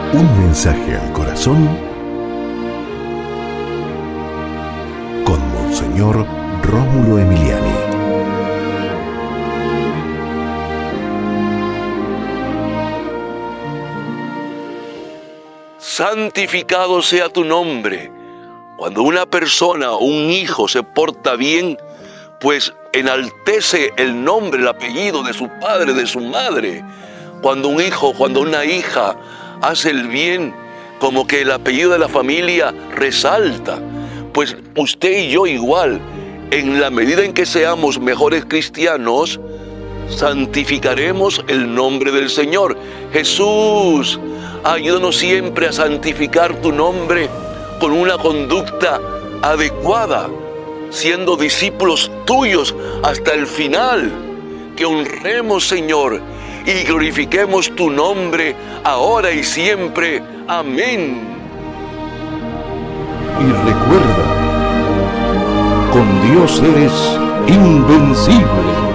Un mensaje al corazón con Monseñor Rómulo Emiliani. Santificado sea tu nombre. Cuando una persona o un hijo se porta bien, pues enaltece el nombre, el apellido de su padre, de su madre. Cuando un hijo, cuando una hija hace el bien, como que el apellido de la familia resalta. Pues usted y yo igual, en la medida en que seamos mejores cristianos, santificaremos el nombre del Señor. Jesús, ayúdanos siempre a santificar tu nombre con una conducta adecuada, siendo discípulos tuyos hasta el final. Que honremos, Señor, y glorifiquemos tu nombre ahora y siempre. Amén. Y recuerda, con Dios eres invencible.